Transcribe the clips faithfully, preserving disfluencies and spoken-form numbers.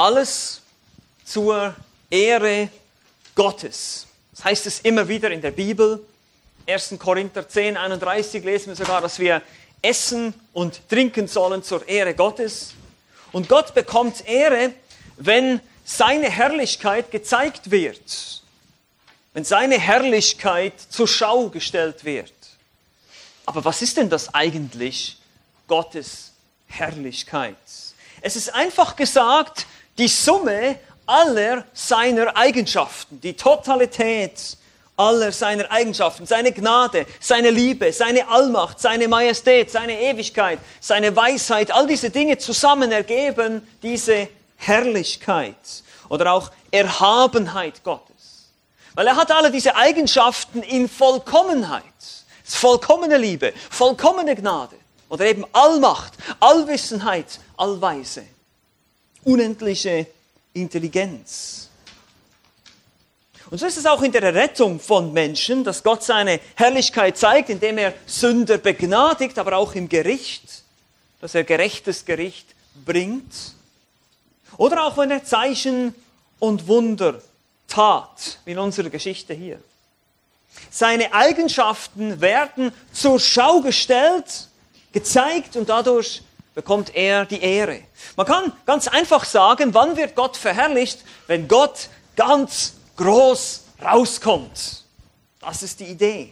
alles zur Ehre Gottes. Das heißt es immer wieder in der Bibel. erster Korinther zehn, einunddreißig lesen wir sogar, dass wir essen und trinken sollen zur Ehre Gottes. Und Gott bekommt Ehre, wenn seine Herrlichkeit gezeigt wird. Wenn seine Herrlichkeit zur Schau gestellt wird. Aber was ist denn das eigentlich, Gottes Herrlichkeit? Es ist einfach gesagt, die Summe aller seiner Eigenschaften, die Totalität aller seiner Eigenschaften, seine Gnade, seine Liebe, seine Allmacht, seine Majestät, seine Ewigkeit, seine Weisheit, all diese Dinge zusammen ergeben diese Herrlichkeit oder auch Erhabenheit Gottes. Weil er hat alle diese Eigenschaften in Vollkommenheit. Das ist vollkommene Liebe, vollkommene Gnade oder eben Allmacht, Allwissenheit, Allweise, unendliche Intelligenz. Und so ist es auch in der Rettung von Menschen, dass Gott seine Herrlichkeit zeigt, indem er Sünder begnadigt, aber auch im Gericht, dass er gerechtes Gericht bringt. Oder auch wenn er Zeichen und Wunder tat, wie in unserer Geschichte hier. Seine Eigenschaften werden zur Schau gestellt, gezeigt und dadurch bekommt er die Ehre. Man kann ganz einfach sagen, wann wird Gott verherrlicht? Wenn Gott ganz groß rauskommt. Das ist die Idee.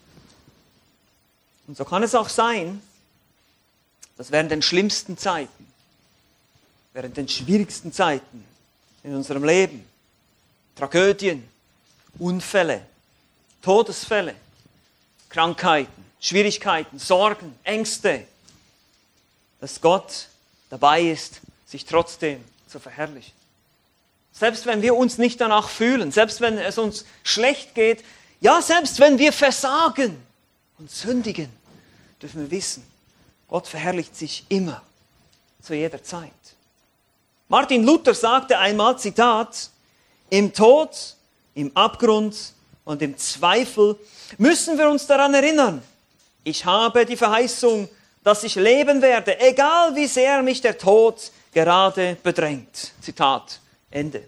Und so kann es auch sein, dass während den schlimmsten Zeiten, während den schwierigsten Zeiten in unserem Leben, Tragödien, Unfälle, Todesfälle, Krankheiten, Schwierigkeiten, Sorgen, Ängste, dass Gott dabei ist, sich trotzdem zu verherrlichen. Selbst wenn wir uns nicht danach fühlen, selbst wenn es uns schlecht geht, ja, selbst wenn wir versagen und sündigen, dürfen wir wissen, Gott verherrlicht sich immer, zu jeder Zeit. Martin Luther sagte einmal, Zitat, im Tod, im Abgrund und im Zweifel müssen wir uns daran erinnern, ich habe die Verheißung, dass ich leben werde, egal wie sehr mich der Tod gerade bedrängt. Zitat Ende.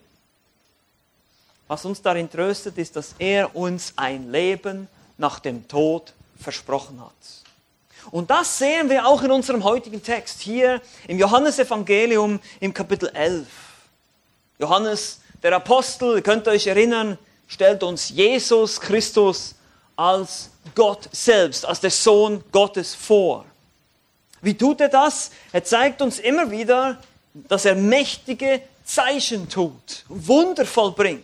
Was uns darin tröstet, ist, dass er uns ein Leben nach dem Tod versprochen hat. Und das sehen wir auch in unserem heutigen Text, hier im Johannesevangelium im Kapitel elf. Johannes, der Apostel, ihr könnt euch erinnern, stellt uns Jesus Christus als Gott selbst, als der Sohn Gottes vor. Wie tut er das? Er zeigt uns immer wieder, dass er mächtige Zeichen tut, Wunder vollbringt.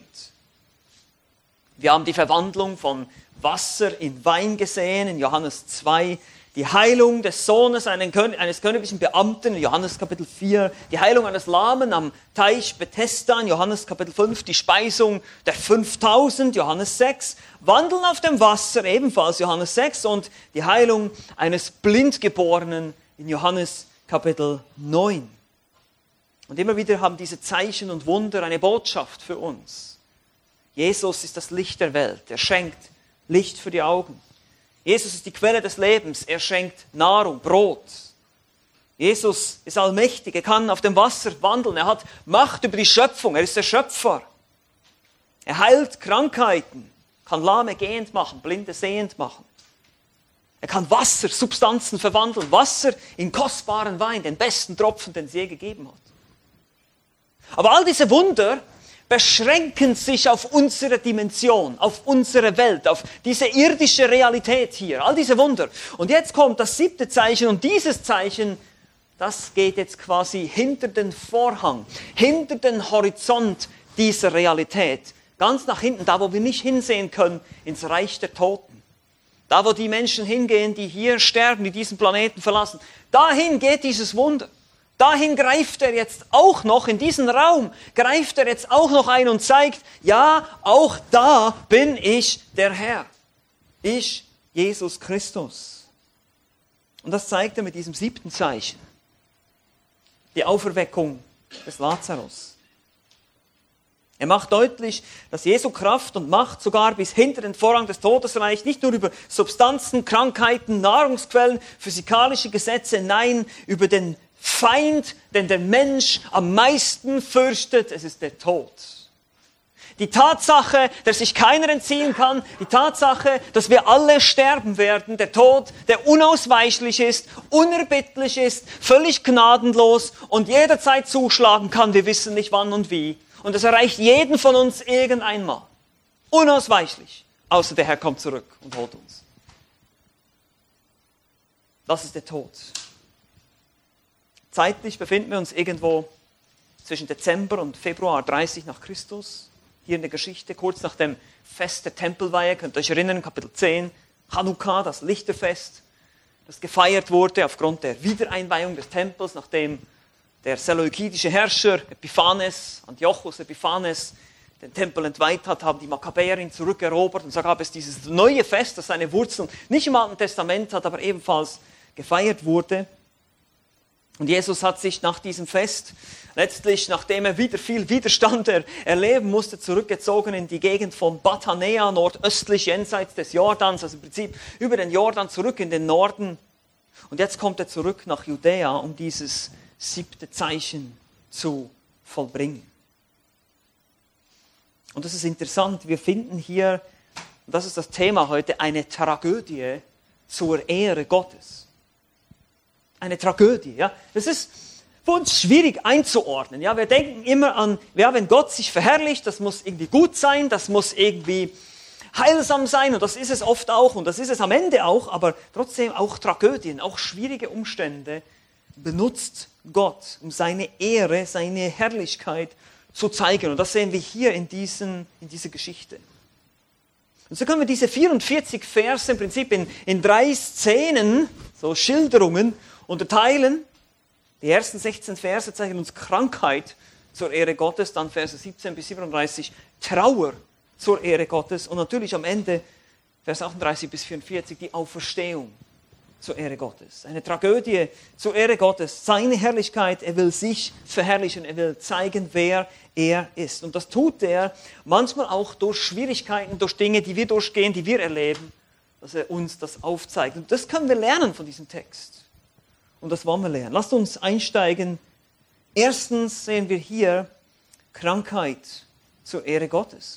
Wir haben die Verwandlung von Wasser in Wein gesehen in Johannes zwei, die Heilung des Sohnes eines königlichen Beamten in Johannes Kapitel vier, die Heilung eines Lahmen am Teich Bethesda in Johannes Kapitel fünf, die Speisung der fünftausend, Johannes sechs, Wandeln auf dem Wasser, ebenfalls Johannes sechs und die Heilung eines Blindgeborenen in Johannes Kapitel neun. Und immer wieder haben diese Zeichen und Wunder eine Botschaft für uns. Jesus ist das Licht der Welt. Er schenkt Licht für die Augen. Jesus ist die Quelle des Lebens. Er schenkt Nahrung, Brot. Jesus ist allmächtig. Er kann auf dem Wasser wandeln. Er hat Macht über die Schöpfung. Er ist der Schöpfer. Er heilt Krankheiten, kann Lahme gehend machen, Blinde sehend machen. Er kann Wasser, Substanzen verwandeln. Wasser in kostbaren Wein, den besten Tropfen, den es je gegeben hat. Aber all diese Wunder beschränken sich auf unsere Dimension, auf unsere Welt, auf diese irdische Realität hier. All diese Wunder. Und jetzt kommt das siebte Zeichen und dieses Zeichen, das geht jetzt quasi hinter den Vorhang, hinter den Horizont dieser Realität. Ganz nach hinten, da wo wir nicht hinsehen können, ins Reich der Toten. Da wo die Menschen hingehen, die hier sterben, die diesen Planeten verlassen. Dahin geht dieses Wunder. Dahin greift er jetzt auch noch, in diesen Raum greift er jetzt auch noch ein und zeigt, ja, auch da bin ich der Herr. Ich, Jesus Christus. Und das zeigt er mit diesem siebten Zeichen. Die Auferweckung des Lazarus. Er macht deutlich, dass Jesu Kraft und Macht sogar bis hinter den Vorhang des Todes reicht, nicht nur über Substanzen, Krankheiten, Nahrungsquellen, physikalische Gesetze, nein, über den Feind, den der Mensch am meisten fürchtet, es ist der Tod. Die Tatsache, dass sich keiner entziehen kann, die Tatsache, dass wir alle sterben werden, der Tod, der unausweichlich ist, unerbittlich ist, völlig gnadenlos und jederzeit zuschlagen kann, wir wissen nicht wann und wie. Und es erreicht jeden von uns irgendeinmal. Unausweichlich. Außer der Herr kommt zurück und holt uns. Das ist der Tod. Zeitlich befinden wir uns irgendwo zwischen Dezember und Februar dreißig nach Christus. Hier in der Geschichte, kurz nach dem Fest der Tempelweihe, könnt ihr euch erinnern, Kapitel zehn, Chanukka, das Lichterfest, das gefeiert wurde aufgrund der Wiedereinweihung des Tempels, nachdem der seleukidische Herrscher Epiphanes, Antiochus Epiphanes, den Tempel entweiht hat, haben die Makkabäer ihn zurückerobert und so gab es dieses neue Fest, das seine Wurzeln nicht im Alten Testament hat, aber ebenfalls gefeiert wurde. Und Jesus hat sich nach diesem Fest, letztlich nachdem er wieder viel Widerstand er, erleben musste, zurückgezogen in die Gegend von Bathanea, nordöstlich jenseits des Jordans, also im Prinzip über den Jordan zurück in den Norden. Und jetzt kommt er zurück nach Judäa, um dieses siebte Zeichen zu vollbringen. Und das ist interessant, wir finden hier, und das ist das Thema heute, eine Tragödie zur Ehre Gottes. Eine Tragödie, ja. Das ist für uns schwierig einzuordnen, ja. Wir denken immer an, ja, wenn Gott sich verherrlicht, das muss irgendwie gut sein, das muss irgendwie heilsam sein und das ist es oft auch und das ist es am Ende auch, aber trotzdem auch Tragödien, auch schwierige Umstände benutzt Gott, um seine Ehre, seine Herrlichkeit zu zeigen. Und das sehen wir hier in, diesen, in dieser Geschichte. Und so können wir diese vierundvierzig Verse im Prinzip in, in drei Szenen, so Schilderungen, unterteilen. Die ersten sechzehn Verse zeigen uns Krankheit zur Ehre Gottes, dann Verse siebzehn bis siebenunddreißig Trauer zur Ehre Gottes und natürlich am Ende Vers achtunddreißig bis vierundvierzig die Auferstehung zur Ehre Gottes. Eine Tragödie zur Ehre Gottes, seine Herrlichkeit, er will sich verherrlichen, er will zeigen, wer er ist. Und das tut er manchmal auch durch Schwierigkeiten, durch Dinge, die wir durchgehen, die wir erleben, dass er uns das aufzeigt. Und das können wir lernen von diesem Text. Und das wollen wir lernen. Lasst uns einsteigen. Erstens sehen wir hier Krankheit zur Ehre Gottes.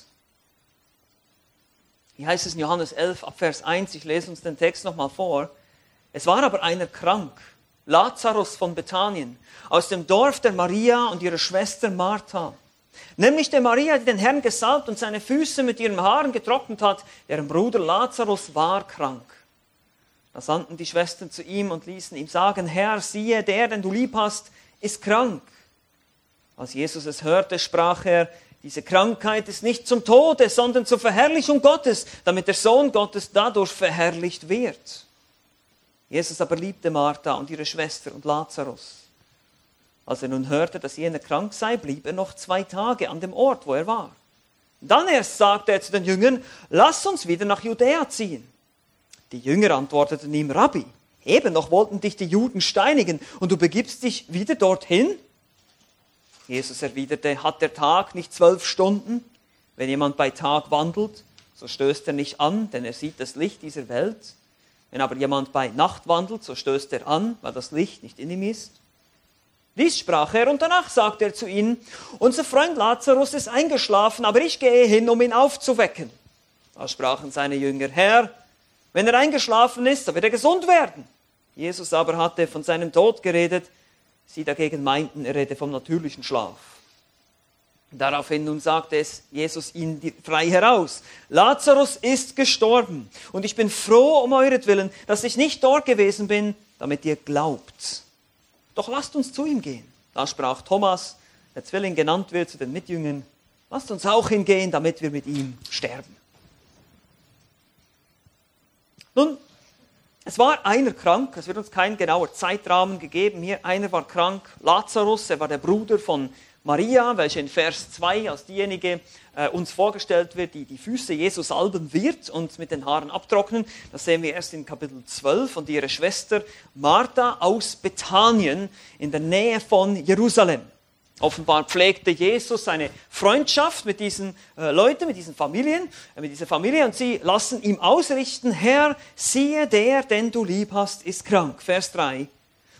Hier heißt es in Johannes elf, ab Vers eins, ich lese uns den Text nochmal vor. Es war aber einer krank, Lazarus von Bethanien, aus dem Dorf der Maria und ihrer Schwester Martha. Nämlich der Maria, die den Herrn gesalbt und seine Füße mit ihren Haaren getrocknet hat, deren Bruder Lazarus war krank. Da sandten die Schwestern zu ihm und ließen ihm sagen, Herr, siehe, der, den du lieb hast, ist krank. Als Jesus es hörte, sprach er, diese Krankheit ist nicht zum Tode, sondern zur Verherrlichung Gottes, damit der Sohn Gottes dadurch verherrlicht wird. Jesus aber liebte Martha und ihre Schwester und Lazarus. Als er nun hörte, dass jener krank sei, blieb er noch zwei Tage an dem Ort, wo er war. Dann erst sagte er zu den Jüngern, lass uns wieder nach Judäa ziehen. Die Jünger antworteten ihm, Rabbi, eben noch wollten dich die Juden steinigen und du begibst dich wieder dorthin? Jesus erwiderte, hat der Tag nicht zwölf Stunden? Wenn jemand bei Tag wandelt, so stößt er nicht an, denn er sieht das Licht dieser Welt. Wenn aber jemand bei Nacht wandelt, so stößt er an, weil das Licht nicht in ihm ist. Dies sprach er und danach sagte er zu ihnen, unser Freund Lazarus ist eingeschlafen, aber ich gehe hin, um ihn aufzuwecken. Da sprachen seine Jünger, Herr, wenn er eingeschlafen ist, so wird er gesund werden. Jesus aber hatte von seinem Tod geredet, sie dagegen meinten, er rede vom natürlichen Schlaf. Daraufhin nun sagte es Jesus ihnen frei heraus, Lazarus ist gestorben und ich bin froh um euretwillen, dass ich nicht dort gewesen bin, damit ihr glaubt. Doch lasst uns zu ihm gehen. Da sprach Thomas, der Zwilling genannt wird, zu den Mitjüngern, lasst uns auch hingehen, damit wir mit ihm sterben. Nun, es war einer krank, es wird uns kein genauer Zeitrahmen gegeben. Hier einer war krank, Lazarus, er war der Bruder von Maria, welche in Vers zwei als diejenige äh, uns vorgestellt wird, die die Füße Jesus salben wird und mit den Haaren abtrocknen. Das sehen wir erst in Kapitel zwölf und ihre Schwester Martha aus Bethanien in der Nähe von Jerusalem. Offenbar pflegte Jesus eine Freundschaft mit diesen äh, Leuten, mit diesen Familien, äh, mit dieser Familie und sie lassen ihm ausrichten, Herr, siehe, der, den du lieb hast, ist krank. Vers drei.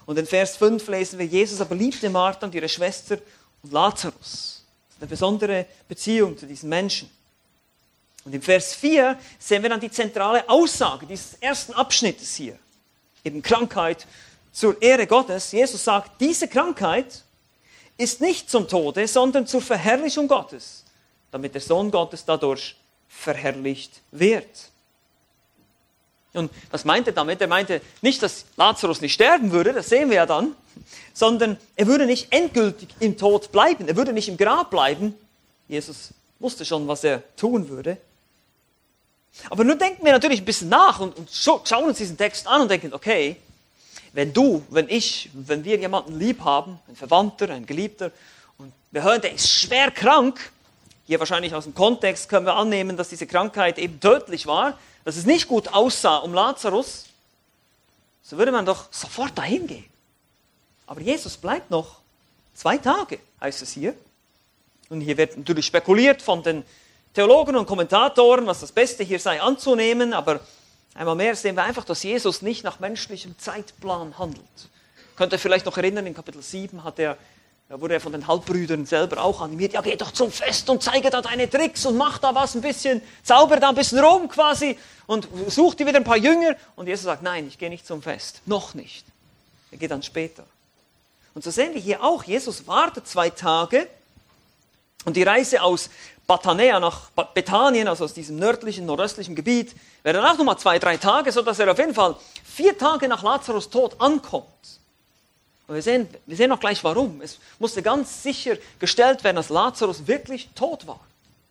Und in Vers fünf lesen wir, Jesus aber liebte Martha und ihre Schwester und Lazarus. Das ist eine besondere Beziehung zu diesen Menschen. Und im Vers vier sehen wir dann die zentrale Aussage dieses ersten Abschnittes hier. Eben Krankheit zur Ehre Gottes. Jesus sagt, diese Krankheit ist nicht zum Tode, sondern zur Verherrlichung Gottes, damit der Sohn Gottes dadurch verherrlicht wird. Und was meint er damit? Er meinte nicht, dass Lazarus nicht sterben würde, das sehen wir ja dann, sondern er würde nicht endgültig im Tod bleiben, er würde nicht im Grab bleiben. Jesus wusste schon, was er tun würde. Aber nun denken wir natürlich ein bisschen nach und, und schauen uns diesen Text an und denken, okay, wenn du, wenn ich, wenn wir jemanden lieb haben, ein Verwandter, ein Geliebter, und wir hören, der ist schwer krank, hier wahrscheinlich aus dem Kontext können wir annehmen, dass diese Krankheit eben tödlich war, dass es nicht gut aussah um Lazarus, so würde man doch sofort dahin gehen. Aber Jesus bleibt noch zwei Tage, heißt es hier. Und hier wird natürlich spekuliert von den Theologen und Kommentatoren, was das Beste hier sei anzunehmen, aber einmal mehr sehen wir einfach, dass Jesus nicht nach menschlichem Zeitplan handelt. Könnt ihr vielleicht noch erinnern, in Kapitel sieben hat er, da wurde er von den Halbbrüdern selber auch animiert, ja geh doch zum Fest und zeige da deine Tricks und mach da was ein bisschen, zauber da ein bisschen rum quasi und such dir wieder ein paar Jünger. Und Jesus sagt, nein, ich gehe nicht zum Fest, noch nicht. Er geht dann später. Und so sehen wir hier auch, Jesus wartet zwei Tage und die Reise aus Bethania nach Bethanien, also aus diesem nördlichen, nordöstlichen Gebiet, wäre dann auch nochmal zwei, drei Tage, sodass er auf jeden Fall vier Tage nach Lazarus Tod ankommt. Und wir sehen, wir sehen auch gleich warum. Es musste ganz sicher gestellt werden, dass Lazarus wirklich tot war.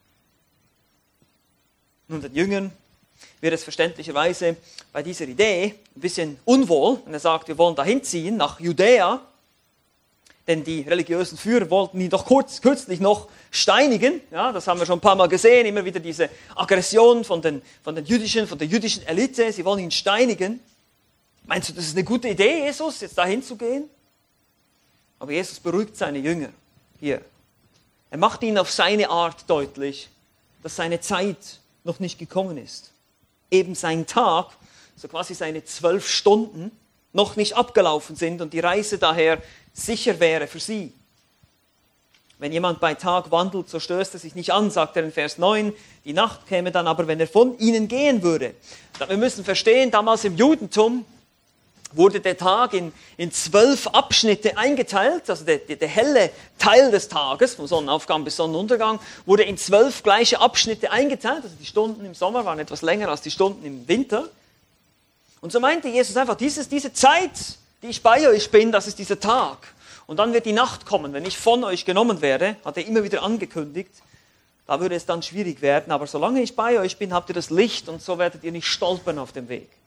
Nun, den Jüngern wird es verständlicherweise bei dieser Idee ein bisschen unwohl, wenn er sagt, wir wollen dahin ziehen, nach Judäa, denn die religiösen Führer wollten ihn doch kurz, kürzlich noch steinigen. Ja, das haben wir schon ein paar Mal gesehen, immer wieder diese Aggression von, den, von, den jüdischen, von der jüdischen Elite, sie wollen ihn steinigen. Meinst du, das ist eine gute Idee, Jesus, jetzt dahin zu gehen? Aber Jesus beruhigt seine Jünger hier. Er macht ihnen auf seine Art deutlich, dass seine Zeit noch nicht gekommen ist. Eben sein Tag, so quasi seine zwölf Stunden, noch nicht abgelaufen sind und die Reise daher sicher wäre für sie. Wenn jemand bei Tag wandelt, so stößt er sich nicht an, sagt er in Vers neun. Die Nacht käme dann aber, wenn er von ihnen gehen würde. Wir müssen verstehen, damals im Judentum wurde der Tag in, in zwölf Abschnitte eingeteilt, also der, der, der helle Teil des Tages, vom Sonnenaufgang bis Sonnenuntergang, wurde in zwölf gleiche Abschnitte eingeteilt, also die Stunden im Sommer waren etwas länger als die Stunden im Winter. Und so meinte Jesus einfach, dieses, diese Zeit, die ich bei euch bin, das ist dieser Tag. Und dann wird die Nacht kommen, wenn ich von euch genommen werde, hat er immer wieder angekündigt, da würde es dann schwierig werden, aber solange ich bei euch bin, habt ihr das Licht und so werdet ihr nicht stolpern auf dem Weg.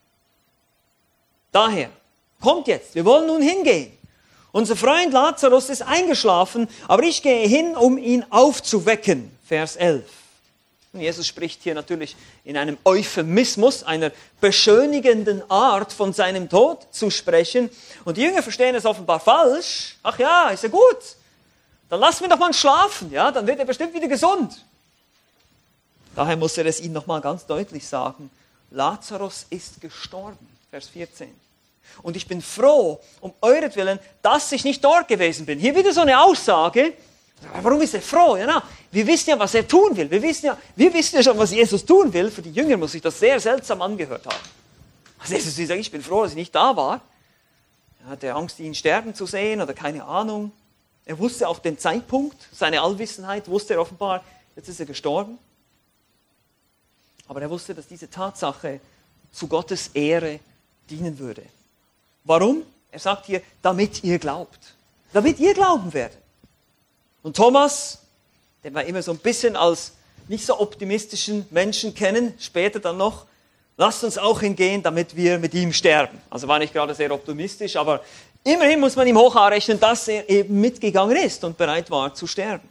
Daher, kommt jetzt, wir wollen nun hingehen. Unser Freund Lazarus ist eingeschlafen, aber ich gehe hin, um ihn aufzuwecken. Vers elf. Und Jesus spricht hier natürlich in einem Euphemismus, einer beschönigenden Art von seinem Tod zu sprechen. Und die Jünger verstehen es offenbar falsch. Ach ja, ist ja gut. Dann lassen wir doch mal schlafen, ja, dann wird er bestimmt wieder gesund. Daher muss er es ihnen nochmal ganz deutlich sagen. Lazarus ist gestorben. Vers vierzehn. Und ich bin froh, um euretwillen, dass ich nicht dort gewesen bin. Hier wieder so eine Aussage. Warum ist er froh? Ja, na, wir wissen ja, was er tun will. Wir wissen ja, wir wissen ja schon, was Jesus tun will. Für die Jünger muss sich das sehr seltsam angehört haben. Also Jesus sagt, ich bin froh, dass ich nicht da war. Er hatte Angst, ihn sterben zu sehen oder keine Ahnung. Er wusste auch den Zeitpunkt, seine Allwissenheit wusste er offenbar, jetzt ist er gestorben. Aber er wusste, dass diese Tatsache zu Gottes Ehre dienen würde. Warum? Er sagt hier, damit ihr glaubt. Damit ihr glauben werdet. Und Thomas, den wir immer so ein bisschen als nicht so optimistischen Menschen kennen, später dann noch, lasst uns auch hingehen, damit wir mit ihm sterben. Also war nicht gerade sehr optimistisch, aber immerhin muss man ihm hoch anrechnen, dass er eben mitgegangen ist und bereit war zu sterben.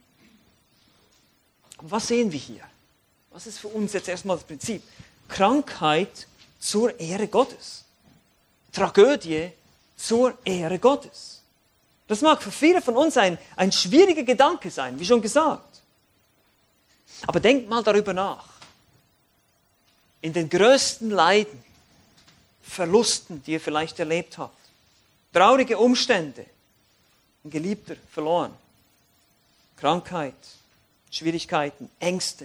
Aber was sehen wir hier? Was ist für uns jetzt erstmal das Prinzip? Krankheit zur Ehre Gottes. Tragödie zur Ehre Gottes. Das mag für viele von uns ein, ein schwieriger Gedanke sein, wie schon gesagt. Aber denkt mal darüber nach. In den größten Leiden, Verlusten, die ihr vielleicht erlebt habt, traurige Umstände, ein Geliebter verloren, Krankheit, Schwierigkeiten, Ängste.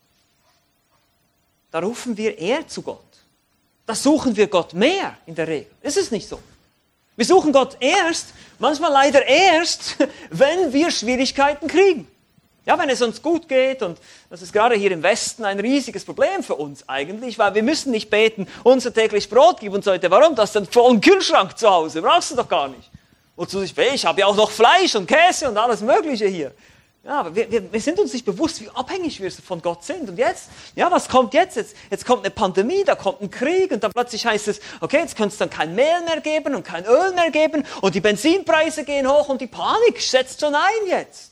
Da rufen wir eher zu Gott. Da suchen wir Gott mehr in der Regel. Ist es nicht so? Wir suchen Gott erst, manchmal leider erst, wenn wir Schwierigkeiten kriegen. Ja, wenn es uns gut geht, und das ist gerade hier im Westen ein riesiges Problem für uns eigentlich, weil wir müssen nicht beten, unser täglich Brot gib uns heute. Warum? Das ist ein vollen Kühlschrank zu Hause, brauchst du doch gar nicht. Wozu ich, ich habe ja auch noch Fleisch und Käse und alles Mögliche hier. Ja, aber wir, wir, wir sind uns nicht bewusst, wie abhängig wir von Gott sind. Und jetzt, ja, was kommt jetzt? jetzt? Jetzt kommt eine Pandemie, da kommt ein Krieg und dann plötzlich heißt es, okay, jetzt könnte es dann kein Mehl mehr geben und kein Öl mehr geben und die Benzinpreise gehen hoch und die Panik setzt schon ein jetzt.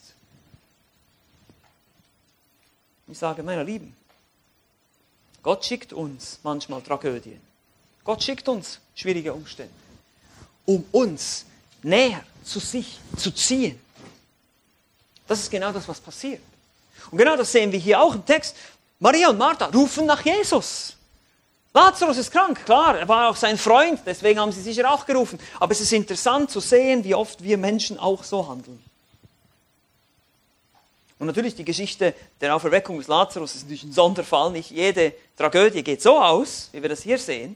Ich sage, meine Lieben, Gott schickt uns manchmal Tragödien. Gott schickt uns schwierige Umstände, um uns näher zu sich zu ziehen. Das ist genau das, was passiert. Und genau das sehen wir hier auch im Text. Maria und Martha rufen nach Jesus. Lazarus ist krank, klar, er war auch sein Freund, deswegen haben sie sicher auch gerufen. Aber es ist interessant zu sehen, wie oft wir Menschen auch so handeln. Und natürlich die Geschichte der Auferweckung des Lazarus ist natürlich ein Sonderfall. Nicht jede Tragödie geht so aus, wie wir das hier sehen.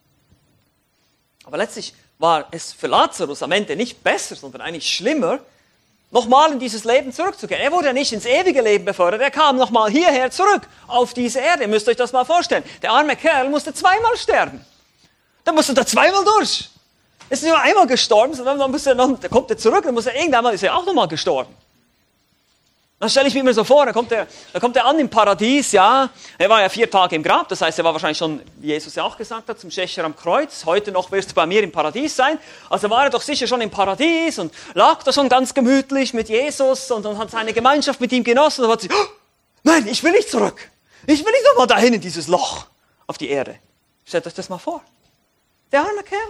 Aber letztlich war es für Lazarus am Ende nicht besser, sondern eigentlich schlimmer, nochmal in dieses Leben zurückzugehen. Er wurde ja nicht ins ewige Leben befördert, er kam nochmal hierher zurück, auf diese Erde. Ihr müsst euch das mal vorstellen. Der arme Kerl musste zweimal sterben. Dann musste er zweimal durch. Er ist nicht nur einmal gestorben, sondern dann, muss er noch, dann kommt er zurück, dann muss er irgendwann mal, ist er auch nochmal gestorben. Dann stelle ich mir immer so vor, da kommt, er, da kommt er an im Paradies, ja. Er war ja vier Tage im Grab, das heißt, er war wahrscheinlich schon, wie Jesus ja auch gesagt hat, zum Schächer am Kreuz. Heute noch wirst du bei mir im Paradies sein. Also war er doch sicher schon im Paradies und lag da schon ganz gemütlich mit Jesus und, und hat seine Gemeinschaft mit ihm genossen. Und hat sich, oh, nein, ich will nicht zurück. Ich will nicht nochmal dahin in dieses Loch auf die Erde. Stellt euch das mal vor. Der arme Kerl.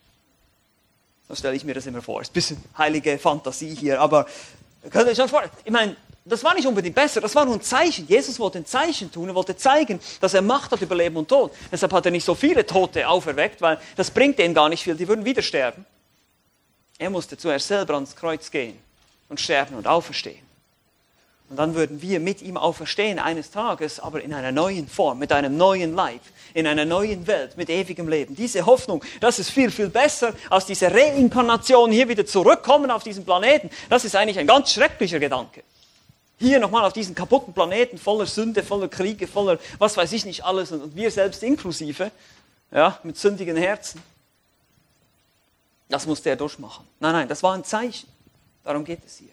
So stelle ich mir das immer vor. Ist ein bisschen heilige Fantasie hier, aber könnt ihr euch schon vorstellen. Ich meine, das war nicht unbedingt besser, das war nur ein Zeichen. Jesus wollte ein Zeichen tun, er wollte zeigen, dass er Macht hat über Leben und Tod. Deshalb hat er nicht so viele Tote auferweckt, weil das bringt denen gar nicht viel, die würden wieder sterben. Er musste zuerst selber ans Kreuz gehen und sterben und auferstehen. Und dann würden wir mit ihm auferstehen eines Tages, aber in einer neuen Form, mit einem neuen Leib, in einer neuen Welt, mit ewigem Leben. Diese Hoffnung, das ist viel, viel besser als diese Reinkarnation, hier wieder zurückkommen auf diesen Planeten. Das ist eigentlich ein ganz schrecklicher Gedanke. Hier nochmal auf diesen kaputten Planeten, voller Sünde, voller Kriege, voller was weiß ich nicht alles und wir selbst inklusive, ja, mit sündigen Herzen. Das musste er durchmachen. Nein, nein, das war ein Zeichen. Darum geht es hier.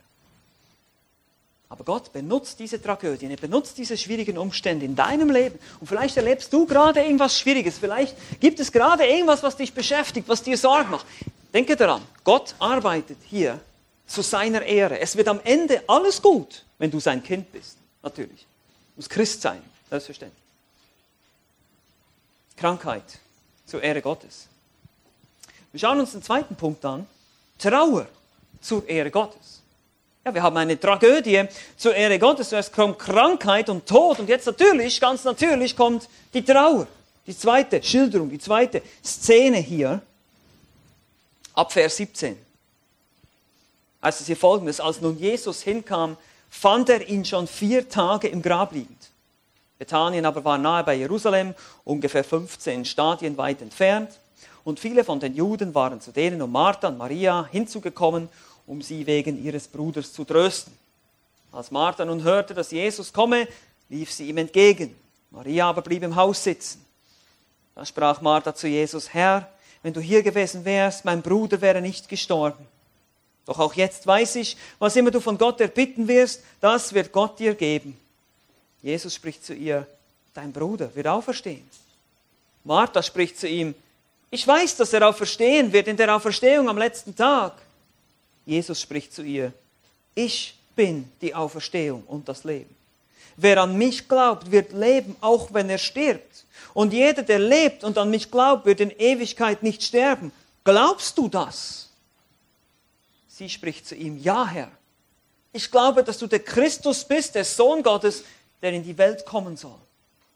Aber Gott benutzt diese Tragödien, er benutzt diese schwierigen Umstände in deinem Leben. Und vielleicht erlebst du gerade irgendwas Schwieriges, vielleicht gibt es gerade irgendwas, was dich beschäftigt, was dir Sorgen macht. Denke daran, Gott arbeitet hier zu seiner Ehre. Es wird am Ende alles gut, wenn du sein Kind bist. Natürlich. Du musst Christ sein, selbstverständlich. Krankheit zur Ehre Gottes. Wir schauen uns den zweiten Punkt an. Trauer zur Ehre Gottes. Ja, wir haben eine Tragödie zur Ehre Gottes. Zuerst kommt Krankheit und Tod und jetzt natürlich, ganz natürlich, kommt die Trauer. Die zweite Schilderung, die zweite Szene hier. Ab Vers siebzehn. Heißt es hier Folgendes: Als nun Jesus hinkam, fand er ihn schon vier Tage im Grab liegend. Bethanien aber war nahe bei Jerusalem, ungefähr fünfzehn Stadien weit entfernt. Und viele von den Juden waren zu denen um Martha und Maria hinzugekommen, um sie wegen ihres Bruders zu trösten. Als Martha nun hörte, dass Jesus komme, lief sie ihm entgegen. Maria aber blieb im Haus sitzen. Da sprach Martha zu Jesus: Herr, wenn du hier gewesen wärst, mein Bruder wäre nicht gestorben. Doch auch jetzt weiß ich, was immer du von Gott erbitten wirst, das wird Gott dir geben. Jesus spricht zu ihr: Dein Bruder wird auferstehen. Martha spricht zu ihm: Ich weiß, dass er auferstehen wird in der Auferstehung am letzten Tag. Jesus spricht zu ihr: Ich bin die Auferstehung und das Leben. Wer an mich glaubt, wird leben, auch wenn er stirbt. Und jeder, der lebt und an mich glaubt, wird in Ewigkeit nicht sterben. Glaubst du das? Sie spricht zu ihm: Ja, Herr. Ich glaube, dass du der Christus bist, der Sohn Gottes, der in die Welt kommen soll.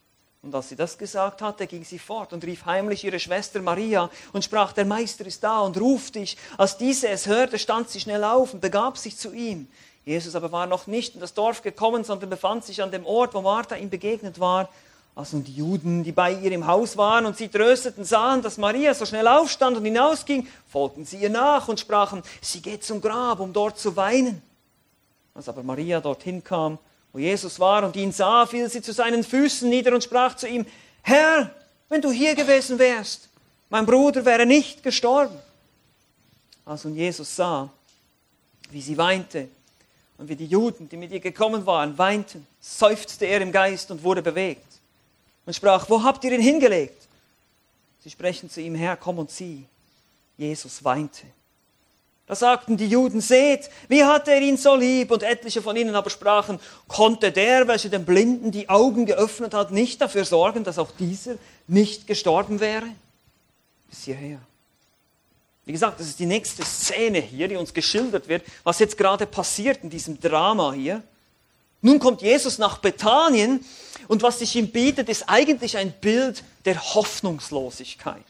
Und als sie das gesagt hatte, ging sie fort und rief heimlich ihre Schwester Maria und sprach, der Meister ist da und ruft dich. Als diese es hörte, stand sie schnell auf und begab sich zu ihm. Jesus aber war noch nicht in das Dorf gekommen, sondern befand sich an dem Ort, wo Martha ihm begegnet war. Als nun die Juden, die bei ihr im Haus waren und sie trösteten, sahen, dass Maria so schnell aufstand und hinausging, folgten sie ihr nach und sprachen, sie geht zum Grab, um dort zu weinen. Als aber Maria dorthin kam, wo Jesus war und ihn sah, fiel sie zu seinen Füßen nieder und sprach zu ihm, Herr, wenn du hier gewesen wärst, mein Bruder wäre nicht gestorben. Als nun Jesus sah, wie sie weinte und wie die Juden, die mit ihr gekommen waren, weinten, seufzte er im Geist und wurde bewegt und sprach, wo habt ihr ihn hingelegt? Sie sprechen zu ihm, Herr, komm und sieh. Jesus weinte. Da sagten die Juden, seht, wie hat er ihn so lieb? Und etliche von ihnen aber sprachen, konnte der, welcher dem Blinden die Augen geöffnet hat, nicht dafür sorgen, dass auch dieser nicht gestorben wäre? Bis hierher. Wie gesagt, das ist die nächste Szene hier, die uns geschildert wird, was jetzt gerade passiert in diesem Drama hier. Nun kommt Jesus nach Bethanien und was sich ihm bietet, ist eigentlich ein Bild der Hoffnungslosigkeit.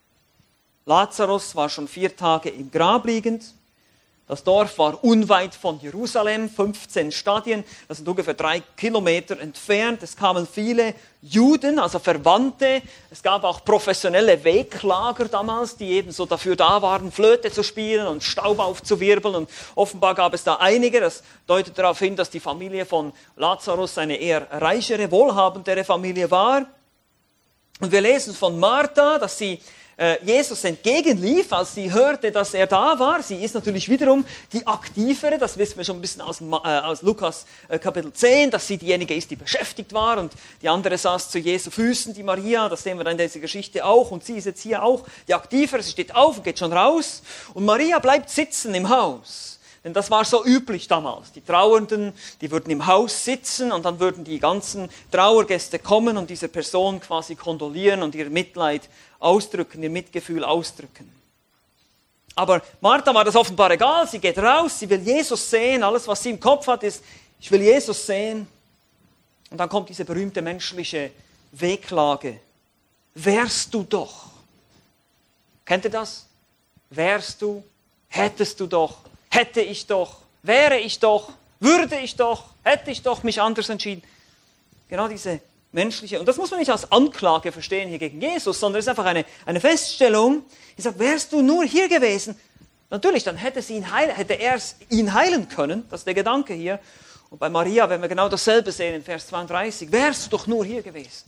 Lazarus war schon vier Tage im Grab liegend. Das Dorf war unweit von Jerusalem, fünfzehn Stadien, das sind ungefähr drei Kilometer entfernt. Es kamen viele Juden, also Verwandte. Es gab auch professionelle Weglager damals, die eben so dafür da waren, Flöte zu spielen und Staub aufzuwirbeln. Und offenbar gab es da einige. Das deutet darauf hin, dass die Familie von Lazarus eine eher reichere, wohlhabendere Familie war. Und wir lesen von Martha, dass sie Jesus entgegenlief, als sie hörte, dass er da war. Sie ist natürlich wiederum die aktivere, das wissen wir schon ein bisschen aus, äh, aus Lukas äh, Kapitel zehn, dass sie diejenige ist, die beschäftigt war und die andere saß zu Jesu Füßen, die Maria, das sehen wir dann in dieser Geschichte auch und sie ist jetzt hier auch die aktivere, sie steht auf und geht schon raus und Maria bleibt sitzen im Haus. Denn das war so üblich damals. Die Trauernden, die würden im Haus sitzen und dann würden die ganzen Trauergäste kommen und dieser Person quasi kondolieren und ihr Mitleid ausdrücken, ihr Mitgefühl ausdrücken. Aber Martha war das offenbar egal. Sie geht raus, sie will Jesus sehen. Alles, was sie im Kopf hat, ist, ich will Jesus sehen. Und dann kommt diese berühmte menschliche Wehklage. Wärst du doch. Kennt ihr das? Wärst du, hättest du doch. Hätte ich doch, wäre ich doch, würde ich doch, hätte ich doch mich anders entschieden. Genau diese menschliche, und das muss man nicht als Anklage verstehen hier gegen Jesus, sondern es ist einfach eine, eine Feststellung, die sagt, wärst du nur hier gewesen, natürlich, dann hätte, sie ihn heil, hätte er ihn heilen können, das ist der Gedanke hier. Und bei Maria werden wir genau dasselbe sehen in Vers zweiunddreißig, wärst du doch nur hier gewesen.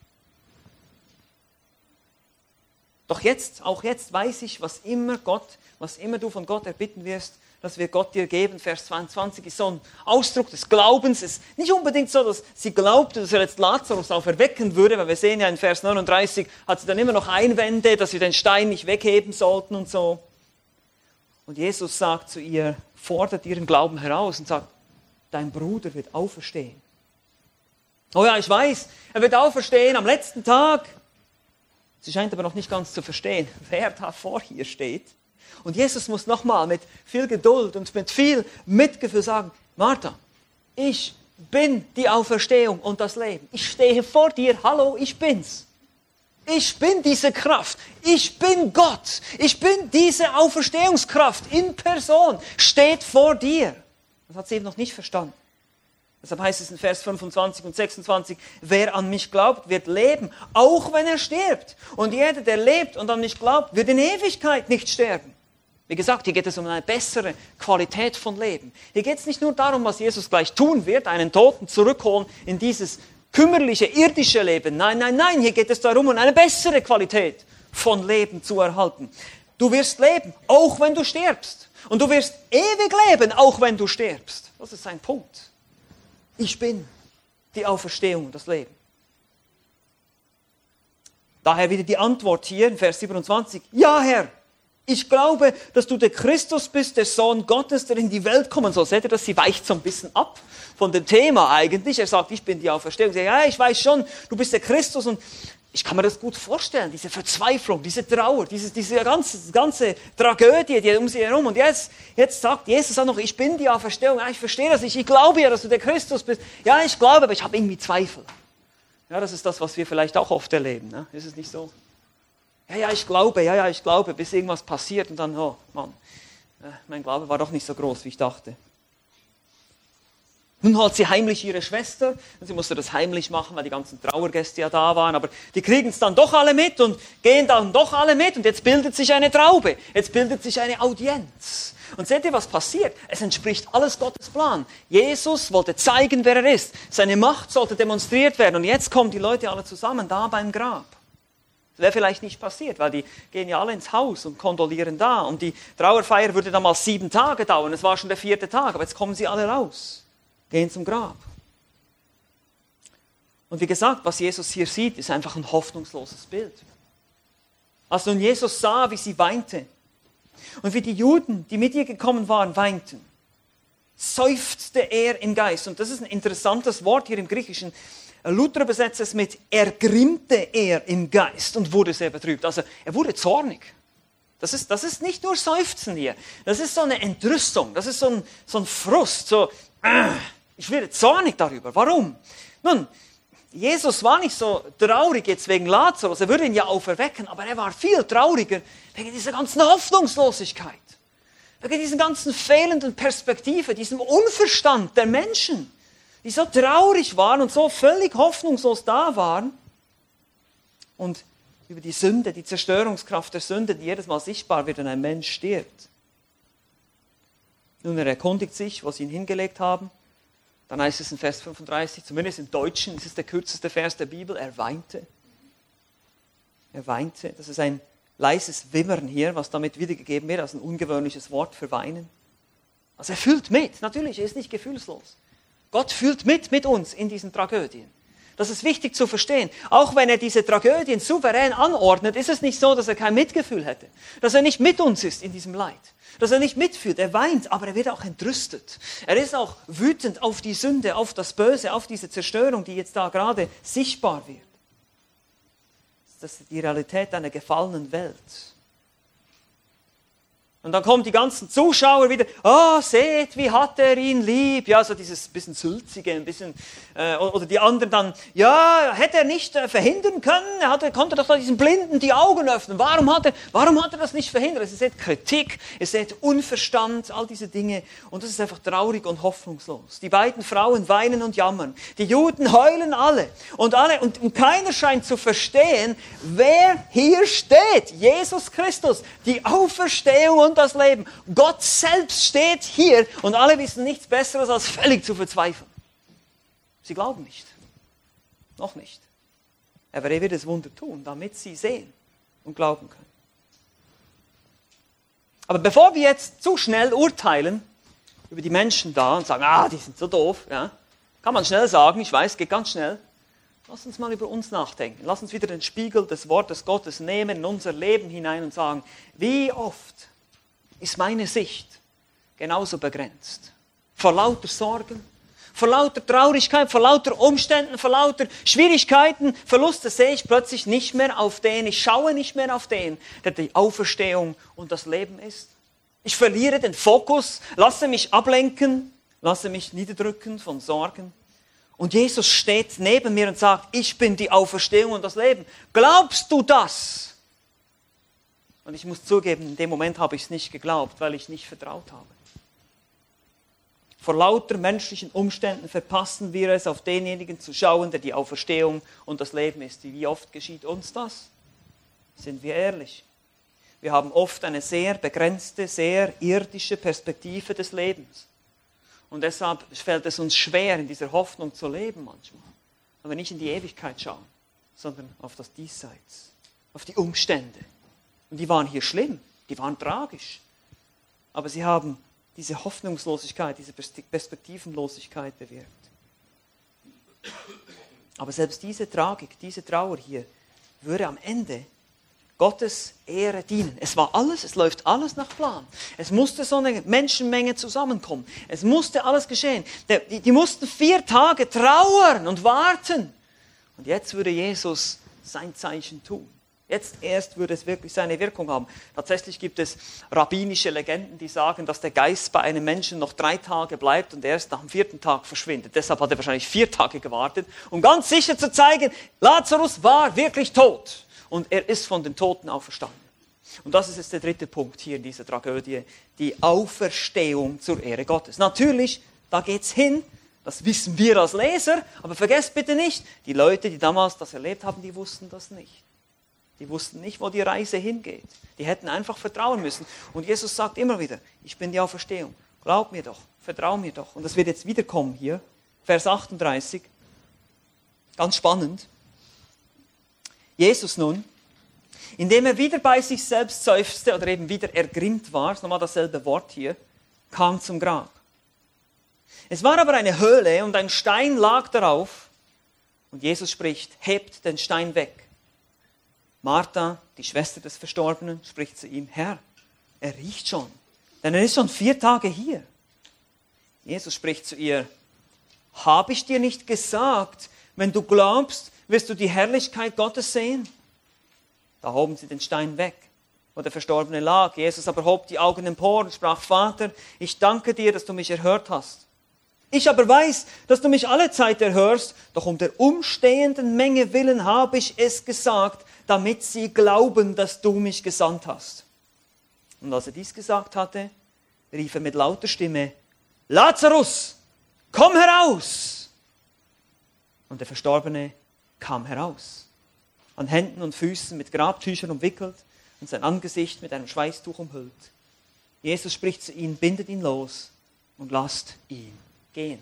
Doch jetzt, auch jetzt weiß ich, was immer Gott, was immer du von Gott erbitten wirst, das wird Gott dir geben. Vers zweiundzwanzig ist so ein Ausdruck des Glaubens. Es ist nicht unbedingt so, dass sie glaubte, dass er jetzt Lazarus auch erwecken würde, weil wir sehen ja in Vers neununddreißig, hat sie dann immer noch Einwände, dass sie den Stein nicht wegheben sollten und so. Und Jesus sagt zu ihr, fordert ihren Glauben heraus und sagt, dein Bruder wird auferstehen. Oh ja, ich weiß, er wird auferstehen am letzten Tag. Sie scheint aber noch nicht ganz zu verstehen, wer da vor ihr steht. Und Jesus muss nochmal mit viel Geduld und mit viel Mitgefühl sagen, Martha, ich bin die Auferstehung und das Leben. Ich stehe vor dir, hallo, ich bin's. Ich bin diese Kraft. Ich bin Gott. Ich bin diese Auferstehungskraft in Person, steht vor dir. Das hat sie eben noch nicht verstanden. Deshalb heißt es in Vers fünfundzwanzig und sechsundzwanzig, wer an mich glaubt, wird leben, auch wenn er stirbt. Und jeder, der lebt und an mich glaubt, wird in Ewigkeit nicht sterben. Wie gesagt, hier geht es um eine bessere Qualität von Leben. Hier geht es nicht nur darum, was Jesus gleich tun wird, einen Toten zurückholen in dieses kümmerliche, irdische Leben. Nein, nein, nein, hier geht es darum, um eine bessere Qualität von Leben zu erhalten. Du wirst leben, auch wenn du stirbst. Und du wirst ewig leben, auch wenn du stirbst. Das ist sein Punkt. Ich bin die Auferstehung und das Leben. Daher wieder die Antwort hier in Vers siebenundzwanzig. Ja, Herr, ich glaube, dass du der Christus bist, der Sohn Gottes, der in die Welt kommen soll. Seht ihr das? Sie weicht so ein bisschen ab von dem Thema eigentlich. Er sagt, ich bin die Auferstehung. Sie sagt, ja, ich weiß schon, du bist der Christus. Und ich kann mir das gut vorstellen, diese Verzweiflung, diese Trauer, diese, diese ganze, ganze Tragödie, die um sie herum. Und jetzt, jetzt sagt Jesus auch noch, ich bin die Auferstehung. Ja, ich verstehe das nicht. Ich glaube ja, dass du der Christus bist. Ja, ich glaube, aber ich habe irgendwie Zweifel. Ja, das ist das, was wir vielleicht auch oft erleben. Ne? Ist es nicht so? Ja, ja, ich glaube, ja, ja, ich glaube, bis irgendwas passiert und dann, oh Mann, äh, mein Glaube war doch nicht so groß, wie ich dachte. Nun holt sie heimlich ihre Schwester, und sie musste das heimlich machen, weil die ganzen Trauergäste ja da waren, aber die kriegen es dann doch alle mit und gehen dann doch alle mit und jetzt bildet sich eine Traube, jetzt bildet sich eine Audienz. Und seht ihr, was passiert? Es entspricht alles Gottes Plan. Jesus wollte zeigen, wer er ist. Seine Macht sollte demonstriert werden und jetzt kommen die Leute alle zusammen da beim Grab. Das wäre vielleicht nicht passiert, weil die gehen ja alle ins Haus und kondolieren da und die Trauerfeier würde dann mal sieben Tage dauern, es war schon der vierte Tag, aber jetzt kommen sie alle raus. Gehen zum Grab. Und wie gesagt, was Jesus hier sieht, ist einfach ein hoffnungsloses Bild. Als nun Jesus sah, wie sie weinte und wie die Juden, die mit ihr gekommen waren, weinten, seufzte er im Geist. Und das ist ein interessantes Wort hier im Griechischen. Luther übersetzt es mit, ergrimmte er im Geist und wurde sehr betrübt. Also er wurde zornig. Das ist, das ist nicht nur Seufzen hier. Das ist so eine Entrüstung. Das ist so ein, so ein Frust. So, äh, ich werde zornig darüber. Warum? Nun, Jesus war nicht so traurig jetzt wegen Lazarus. Er würde ihn ja auferwecken. Aber er war viel trauriger wegen dieser ganzen Hoffnungslosigkeit. Wegen dieser ganzen fehlenden Perspektive, diesem Unverstand der Menschen, die so traurig waren und so völlig hoffnungslos da waren. Und über die Sünde, die Zerstörungskraft der Sünde, die jedes Mal sichtbar wird, wenn ein Mensch stirbt. Nun, er erkundigt sich, wo sie ihn hingelegt haben. Dann heißt es in Vers fünfunddreißig, zumindest im Deutschen, ist es der kürzeste Vers der Bibel, er weinte. Er weinte. Das ist ein leises Wimmern hier, was damit wiedergegeben wird, als ein ungewöhnliches Wort für weinen. Also er fühlt mit, natürlich, er ist nicht gefühlslos. Gott fühlt mit mit uns in diesen Tragödien. Das ist wichtig zu verstehen. Auch wenn er diese Tragödien souverän anordnet, ist es nicht so, dass er kein Mitgefühl hätte. Dass er nicht mit uns ist in diesem Leid. Dass er nicht mitfühlt. Er weint, aber er wird auch entrüstet. Er ist auch wütend auf die Sünde, auf das Böse, auf diese Zerstörung, die jetzt da gerade sichtbar wird. Das ist die Realität einer gefallenen Welt. Und dann kommen die ganzen Zuschauer wieder, oh, seht, wie hat er ihn lieb. Ja, so dieses bisschen Sulzige, ein bisschen, äh, oder die anderen dann, ja, hätte er nicht äh, verhindern können, er hatte, konnte doch diesen Blinden die Augen öffnen. Warum hat er, warum hat er das nicht verhindert? Ihr seht Kritik, ihr seht Unverstand, all diese Dinge. Und das ist einfach traurig und hoffnungslos. Die beiden Frauen weinen und jammern. Die Juden heulen alle. Und, alle, und, und keiner scheint zu verstehen, wer hier steht. Jesus Christus, die Auferstehung und das Leben. Gott selbst steht hier und alle wissen nichts Besseres, als völlig zu verzweifeln. Sie glauben nicht. Noch nicht. Aber er wird das Wunder tun, damit sie sehen und glauben können. Aber bevor wir jetzt zu schnell urteilen über die Menschen da und sagen, ah, die sind so doof, ja, kann man schnell sagen, ich weiß, geht ganz schnell. Lass uns mal über uns nachdenken. Lass uns wieder den Spiegel des Wortes Gottes nehmen in unser Leben hinein und sagen, wie oft ist meine Sicht genauso begrenzt. Vor lauter Sorgen, vor lauter Traurigkeit, vor lauter Umständen, vor lauter Schwierigkeiten, Verluste sehe ich plötzlich nicht mehr auf den, ich schaue nicht mehr auf den, der die Auferstehung und das Leben ist. Ich verliere den Fokus, lasse mich ablenken, lasse mich niederdrücken von Sorgen. Und Jesus steht neben mir und sagt, ich bin die Auferstehung und das Leben. Glaubst du das? Und ich muss zugeben, in dem Moment habe ich es nicht geglaubt, weil ich nicht vertraut habe. Vor lauter menschlichen Umständen verpassen wir es, auf denjenigen zu schauen, der die Auferstehung und das Leben ist. Wie oft geschieht uns das? Sind wir ehrlich? Wir haben oft eine sehr begrenzte, sehr irdische Perspektive des Lebens. Und deshalb fällt es uns schwer, in dieser Hoffnung zu leben manchmal. Aber nicht in die Ewigkeit schauen, sondern auf das Diesseits, auf die Umstände. Und die waren hier schlimm, die waren tragisch. Aber sie haben diese Hoffnungslosigkeit, diese Perspektivenlosigkeit bewirkt. Aber selbst diese Tragik, diese Trauer hier, würde am Ende Gottes Ehre dienen. Es war alles, es läuft alles nach Plan. Es musste so eine Menschenmenge zusammenkommen. Es musste alles geschehen. Die, die mussten vier Tage trauern und warten. Und jetzt würde Jesus sein Zeichen tun. Jetzt erst würde es wirklich seine Wirkung haben. Tatsächlich gibt es rabbinische Legenden, die sagen, dass der Geist bei einem Menschen noch drei Tage bleibt und erst nach dem vierten Tag verschwindet. Deshalb hat er wahrscheinlich vier Tage gewartet, um ganz sicher zu zeigen, Lazarus war wirklich tot und er ist von den Toten auferstanden. Und das ist jetzt der dritte Punkt hier in dieser Tragödie, die Auferstehung zur Ehre Gottes. Natürlich, da geht's hin, das wissen wir als Leser, aber vergesst bitte nicht, die Leute, die damals das erlebt haben, die wussten das nicht. Die wussten nicht, wo die Reise hingeht. Die hätten einfach vertrauen müssen. Und Jesus sagt immer wieder, ich bin die Auferstehung. Glaub mir doch, vertrau mir doch. Und das wird jetzt wiederkommen hier, Vers achtunddreißig. Ganz spannend. Jesus nun, indem er wieder bei sich selbst seufzte oder eben wieder ergrimmt war, ist nochmal dasselbe Wort hier, kam zum Grab. Es war aber eine Höhle und ein Stein lag darauf. Und Jesus spricht, hebt den Stein weg. Martha, die Schwester des Verstorbenen, spricht zu ihm, Herr, er riecht schon, denn er ist schon vier Tage hier. Jesus spricht zu ihr, habe ich dir nicht gesagt, wenn du glaubst, wirst du die Herrlichkeit Gottes sehen? Da hoben sie den Stein weg, wo der Verstorbene lag. Jesus aber hob die Augen empor und sprach, Vater, ich danke dir, dass du mich erhört hast. Ich aber weiß, dass du mich alle Zeit erhörst, doch um der umstehenden Menge willen habe ich es gesagt, damit sie glauben, dass du mich gesandt hast. Und als er dies gesagt hatte, rief er mit lauter Stimme, Lazarus, komm heraus! Und der Verstorbene kam heraus, an Händen und Füßen mit Grabtüchern umwickelt und sein Angesicht mit einem Schweißtuch umhüllt. Jesus spricht zu ihnen, bindet ihn los und lasst ihn gehen.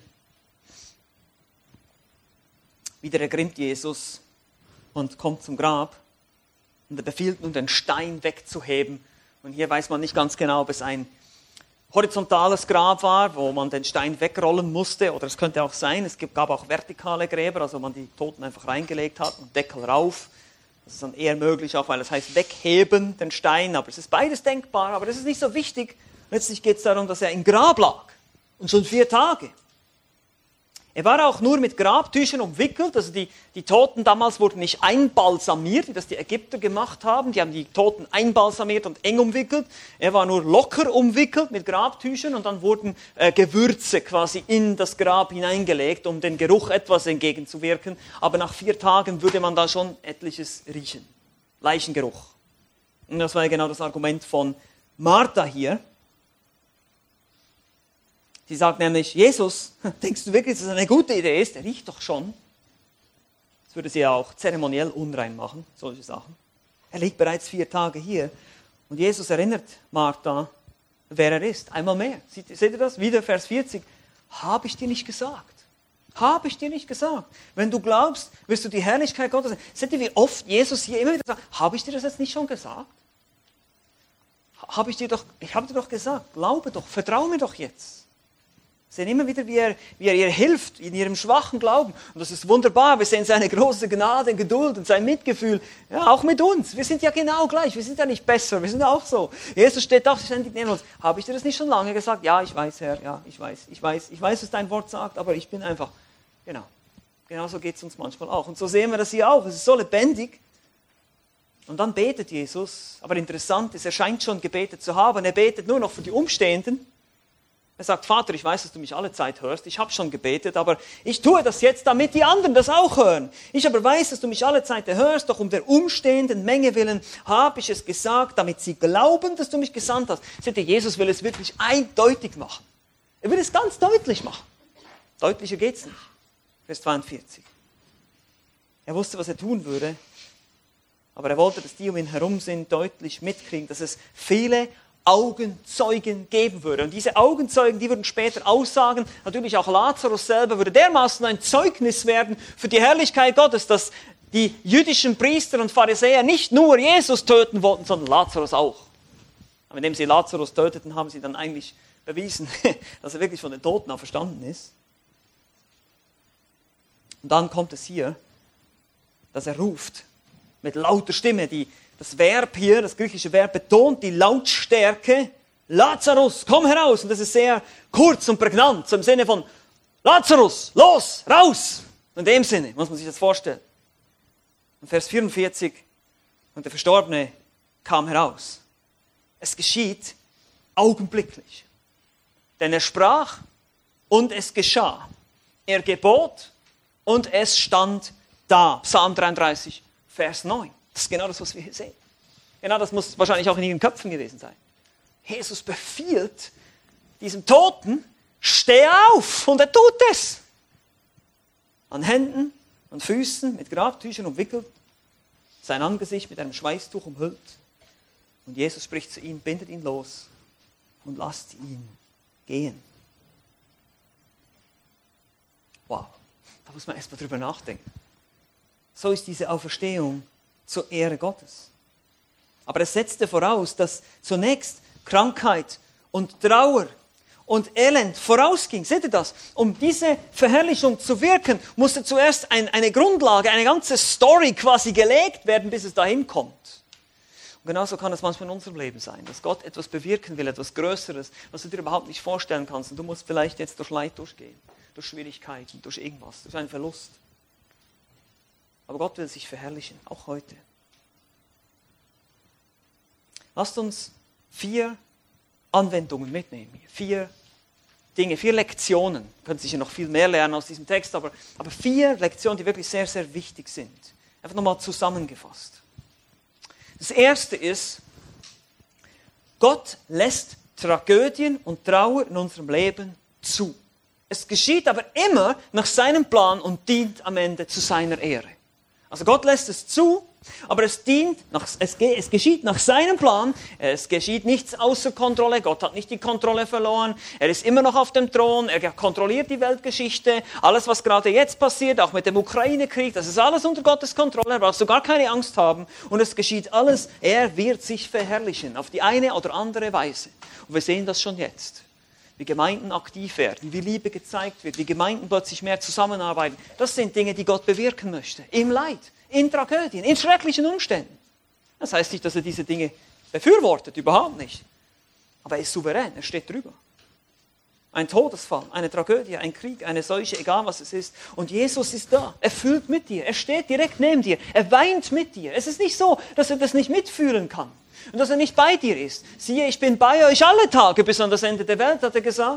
Wieder ergrimmt Jesus und kommt zum Grab und er befiehlt nun, den Stein wegzuheben. Und hier weiß man nicht ganz genau, ob es ein horizontales Grab war, wo man den Stein wegrollen musste, oder es könnte auch sein, es gab auch vertikale Gräber, also wo man die Toten einfach reingelegt hat und Deckel rauf. Das ist dann eher möglich, auch weil es heißt wegheben, den Stein, aber es ist beides denkbar, aber das ist nicht so wichtig. Letztlich geht es darum, dass er im Grab lag und schon vier Tage. Er war auch nur mit Grabtüchern umwickelt, also die, die Toten damals wurden nicht einbalsamiert, wie das die Ägypter gemacht haben. Die haben die Toten einbalsamiert und eng umwickelt. Er war nur locker umwickelt mit Grabtüchern und dann wurden äh, Gewürze quasi in das Grab hineingelegt, um den Geruch etwas entgegenzuwirken. Aber nach vier Tagen würde man da schon etliches riechen. Leichengeruch. Und das war ja genau das Argument von Martha hier. Sie sagt nämlich, Jesus, denkst du wirklich, dass es eine gute Idee ist? Er riecht doch schon. Das würde sie ja auch zeremoniell unrein machen, solche Sachen. Er liegt bereits vier Tage hier. Und Jesus erinnert Martha, wer er ist. Einmal mehr. Seht, seht ihr das? Wieder Vers vierzig. Habe ich dir nicht gesagt? Habe ich dir nicht gesagt? Wenn du glaubst, wirst du die Herrlichkeit Gottes sehen. Seht ihr, wie oft Jesus hier immer wieder sagt, habe ich dir das jetzt nicht schon gesagt? Habe ich dir doch, ich habe dir doch gesagt, glaube doch, vertraue mir doch jetzt. Wir sehen immer wieder, wie er, wie er ihr hilft in ihrem schwachen Glauben. Und das ist wunderbar. Wir sehen seine große Gnade, Geduld und sein Mitgefühl. Ja, auch mit uns. Wir sind ja genau gleich. Wir sind ja nicht besser. Wir sind ja auch so. Jesus steht auch ständig neben uns. Habe ich dir das nicht schon lange gesagt? Ja, ich weiß, Herr. Ja, ich weiß. Ich weiß, ich weiß, was dein Wort sagt, aber ich bin einfach, genau. Genau so geht es uns manchmal auch. Und so sehen wir das hier auch. Es ist so lebendig. Und dann betet Jesus. Aber interessant ist, er scheint schon gebetet zu haben. Er betet nur noch für die Umstehenden. Er sagt, Vater, ich weiß, dass du mich alle Zeit hörst. Ich habe schon gebetet, aber ich tue das jetzt, damit die anderen das auch hören. Ich aber weiß, dass du mich alle Zeit hörst, doch um der umstehenden Menge willen habe ich es gesagt, damit sie glauben, dass du mich gesandt hast. Seht ihr, Jesus will es wirklich eindeutig machen. Er will es ganz deutlich machen. Deutlicher geht es nicht. Vers zweiundvierzig. Er wusste, was er tun würde, aber er wollte, dass die um ihn herum sind, deutlich mitkriegen, dass es viele Augenzeugen geben würde. Und diese Augenzeugen, die würden später aussagen, natürlich auch Lazarus selber, würde dermaßen ein Zeugnis werden für die Herrlichkeit Gottes, dass die jüdischen Priester und Pharisäer nicht nur Jesus töten wollten, sondern Lazarus auch. Aber indem sie Lazarus töteten, haben sie dann eigentlich bewiesen, dass er wirklich von den Toten auferstanden ist. Und dann kommt es hier, dass er ruft mit lauter Stimme, die Das Verb hier, das griechische Verb, betont die Lautstärke. Lazarus, komm heraus. Und das ist sehr kurz und prägnant, so im Sinne von Lazarus, los, raus. In dem Sinne muss man sich das vorstellen. Und Vers vierundvierzig, und der Verstorbene kam heraus. Es geschieht augenblicklich. Denn er sprach und es geschah. Er gebot und es stand da. Psalm dreiunddreißig, Vers neun. Das ist genau das, was wir hier sehen. Genau das muss wahrscheinlich auch in ihren Köpfen gewesen sein. Jesus befiehlt diesem Toten, steh auf, und er tut es. An Händen und Füßen mit Grabtüchern umwickelt, sein Angesicht mit einem Schweißtuch umhüllt. Und Jesus spricht zu ihm, bindet ihn los und lasst ihn gehen. Wow, da muss man erst mal drüber nachdenken. So ist diese Auferstehung zur Ehre Gottes. Aber es setzte voraus, dass zunächst Krankheit und Trauer und Elend vorausging. Seht ihr das? Um diese Verherrlichung zu wirken, musste zuerst ein, eine Grundlage, eine ganze Story quasi gelegt werden, bis es dahin kommt. Und genauso kann es manchmal in unserem Leben sein, dass Gott etwas bewirken will, etwas Größeres, was du dir überhaupt nicht vorstellen kannst. Und du musst vielleicht jetzt durch Leid durchgehen, durch Schwierigkeiten, durch irgendwas, durch einen Verlust. Aber Gott will sich verherrlichen, auch heute. Lasst uns vier Anwendungen mitnehmen hier. Vier Dinge, vier Lektionen. Ihr könnt sicher noch viel mehr lernen aus diesem Text, aber, aber vier Lektionen, die wirklich sehr, sehr wichtig sind. Einfach nochmal zusammengefasst. Das erste ist, Gott lässt Tragödien und Trauer in unserem Leben zu. Es geschieht aber immer nach seinem Plan und dient am Ende zu seiner Ehre. Also Gott lässt es zu, aber es dient, nach, es, es geschieht nach seinem Plan, es geschieht nichts außer Kontrolle, Gott hat nicht die Kontrolle verloren, er ist immer noch auf dem Thron, er kontrolliert die Weltgeschichte, alles was gerade jetzt passiert, auch mit dem Ukraine-Krieg, das ist alles unter Gottes Kontrolle, da brauchst du gar keine Angst haben und es geschieht alles, er wird sich verherrlichen, auf die eine oder andere Weise. Und wir sehen das schon jetzt. Wie Gemeinden aktiv werden, wie Liebe gezeigt wird, wie Gemeinden plötzlich mehr zusammenarbeiten. Das sind Dinge, die Gott bewirken möchte. Im Leid, in Tragödien, in schrecklichen Umständen. Das heißt nicht, dass er diese Dinge befürwortet, überhaupt nicht. Aber er ist souverän, er steht drüber. Ein Todesfall, eine Tragödie, ein Krieg, eine Seuche, egal was es ist. Und Jesus ist da, er fühlt mit dir, er steht direkt neben dir, er weint mit dir. Es ist nicht so, dass er das nicht mitfühlen kann. Und dass er nicht bei dir ist. Siehe, ich bin bei euch alle Tage bis an das Ende der Welt, hat er gesagt.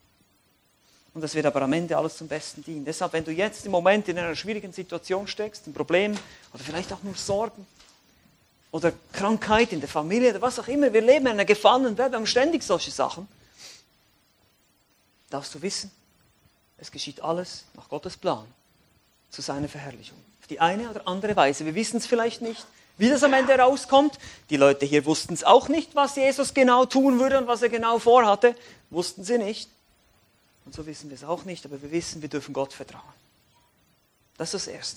Und das wird aber am Ende alles zum Besten dienen. Deshalb, wenn du jetzt im Moment in einer schwierigen Situation steckst, ein Problem oder vielleicht auch nur Sorgen oder Krankheit in der Familie oder was auch immer, wir leben in einer gefallenen Welt, wir haben ständig solche Sachen, darfst du wissen, es geschieht alles nach Gottes Plan zu seiner Verherrlichung. Auf die eine oder andere Weise. Wir wissen es vielleicht nicht, wie das am Ende rauskommt. Die Leute hier wussten es auch nicht, was Jesus genau tun würde und was er genau vorhatte. Wussten sie nicht. Und so wissen wir es auch nicht, aber wir wissen, wir dürfen Gott vertrauen. Das ist das Erste.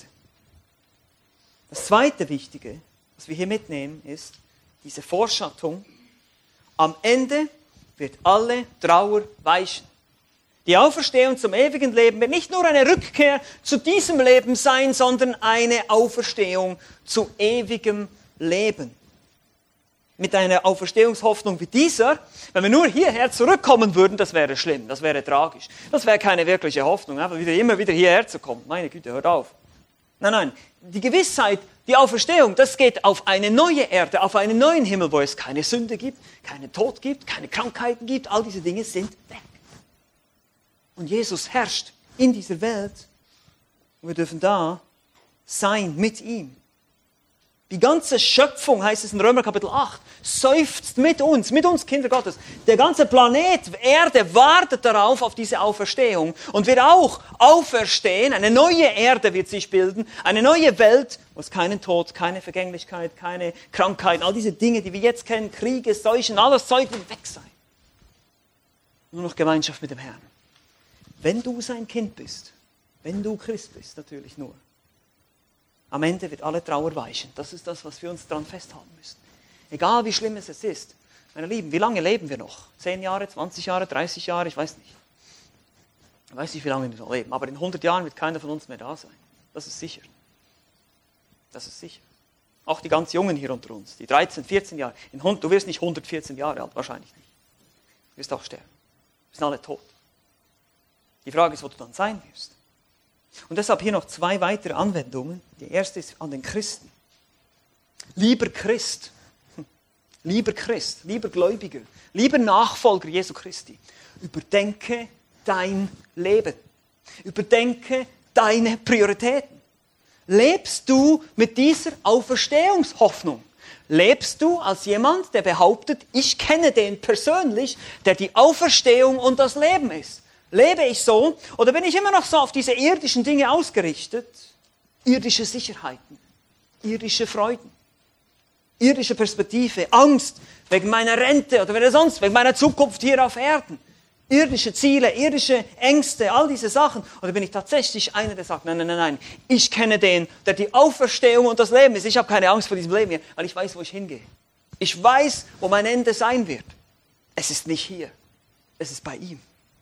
Das Zweite Wichtige, was wir hier mitnehmen, ist diese Vorschattung. Am Ende wird alle Trauer weichen. Die Auferstehung zum ewigen Leben wird nicht nur eine Rückkehr zu diesem Leben sein, sondern eine Auferstehung zu ewigem Leben. Mit einer Auferstehungshoffnung wie dieser, wenn wir nur hierher zurückkommen würden, das wäre schlimm, das wäre tragisch. Das wäre keine wirkliche Hoffnung, einfach wieder, immer wieder hierher zu kommen. Meine Güte, hört auf. Nein, nein, die Gewissheit, die Auferstehung, das geht auf eine neue Erde, auf einen neuen Himmel, wo es keine Sünde gibt, keinen Tod gibt, keine Krankheiten gibt, all diese Dinge sind weg. Und Jesus herrscht in dieser Welt und wir dürfen da sein mit ihm. Die ganze Schöpfung, heißt es in Römer Kapitel acht, seufzt mit uns, mit uns Kinder Gottes. Der ganze Planet Erde wartet darauf, auf diese Auferstehung und wird auch auferstehen. Eine neue Erde wird sich bilden, eine neue Welt, wo es keinen Tod, keine Vergänglichkeit, keine Krankheiten, all diese Dinge, die wir jetzt kennen, Kriege, Seuchen, alles Zeug wird weg sein. Nur noch Gemeinschaft mit dem Herrn. Wenn du sein Kind bist, wenn du Christ bist, natürlich nur, am Ende wird alle Trauer weichen. Das ist das, was wir uns daran festhalten müssen. Egal wie schlimm es ist. Meine Lieben, wie lange leben wir noch? Zehn Jahre, zwanzig Jahre, dreißig Jahre, ich weiß nicht. Ich weiß nicht, wie lange wir noch leben, aber in hundert Jahren wird keiner von uns mehr da sein. Das ist sicher. Das ist sicher. Auch die ganz Jungen hier unter uns, die dreizehn, vierzehn Jahre. In, du wirst nicht hundertvierzehn Jahre alt, wahrscheinlich nicht. Du wirst auch sterben. Wir sind alle tot. Die Frage ist, wo du dann sein wirst. Und deshalb hier noch zwei weitere Anwendungen. Die erste ist an den Christen. Lieber Christ, lieber Christ, lieber Gläubiger, lieber Nachfolger Jesu Christi, überdenke dein Leben. Überdenke deine Prioritäten. Lebst du mit dieser Auferstehungshoffnung? Lebst du als jemand, der behauptet, ich kenne den persönlich, der die Auferstehung und das Leben ist? Lebe ich so oder bin ich immer noch so auf diese irdischen Dinge ausgerichtet? Irdische Sicherheiten, irdische Freuden, irdische Perspektive, Angst wegen meiner Rente oder wegen sonst, wegen meiner Zukunft hier auf Erden. Irdische Ziele, irdische Ängste, all diese Sachen. Oder bin ich tatsächlich einer, der sagt, nein, nein, nein, nein, ich kenne den, der die Auferstehung und das Leben ist. Ich habe keine Angst vor diesem Leben hier, weil ich weiß, wo ich hingehe. Ich weiß, wo mein Ende sein wird. Es ist nicht hier, es ist bei ihm.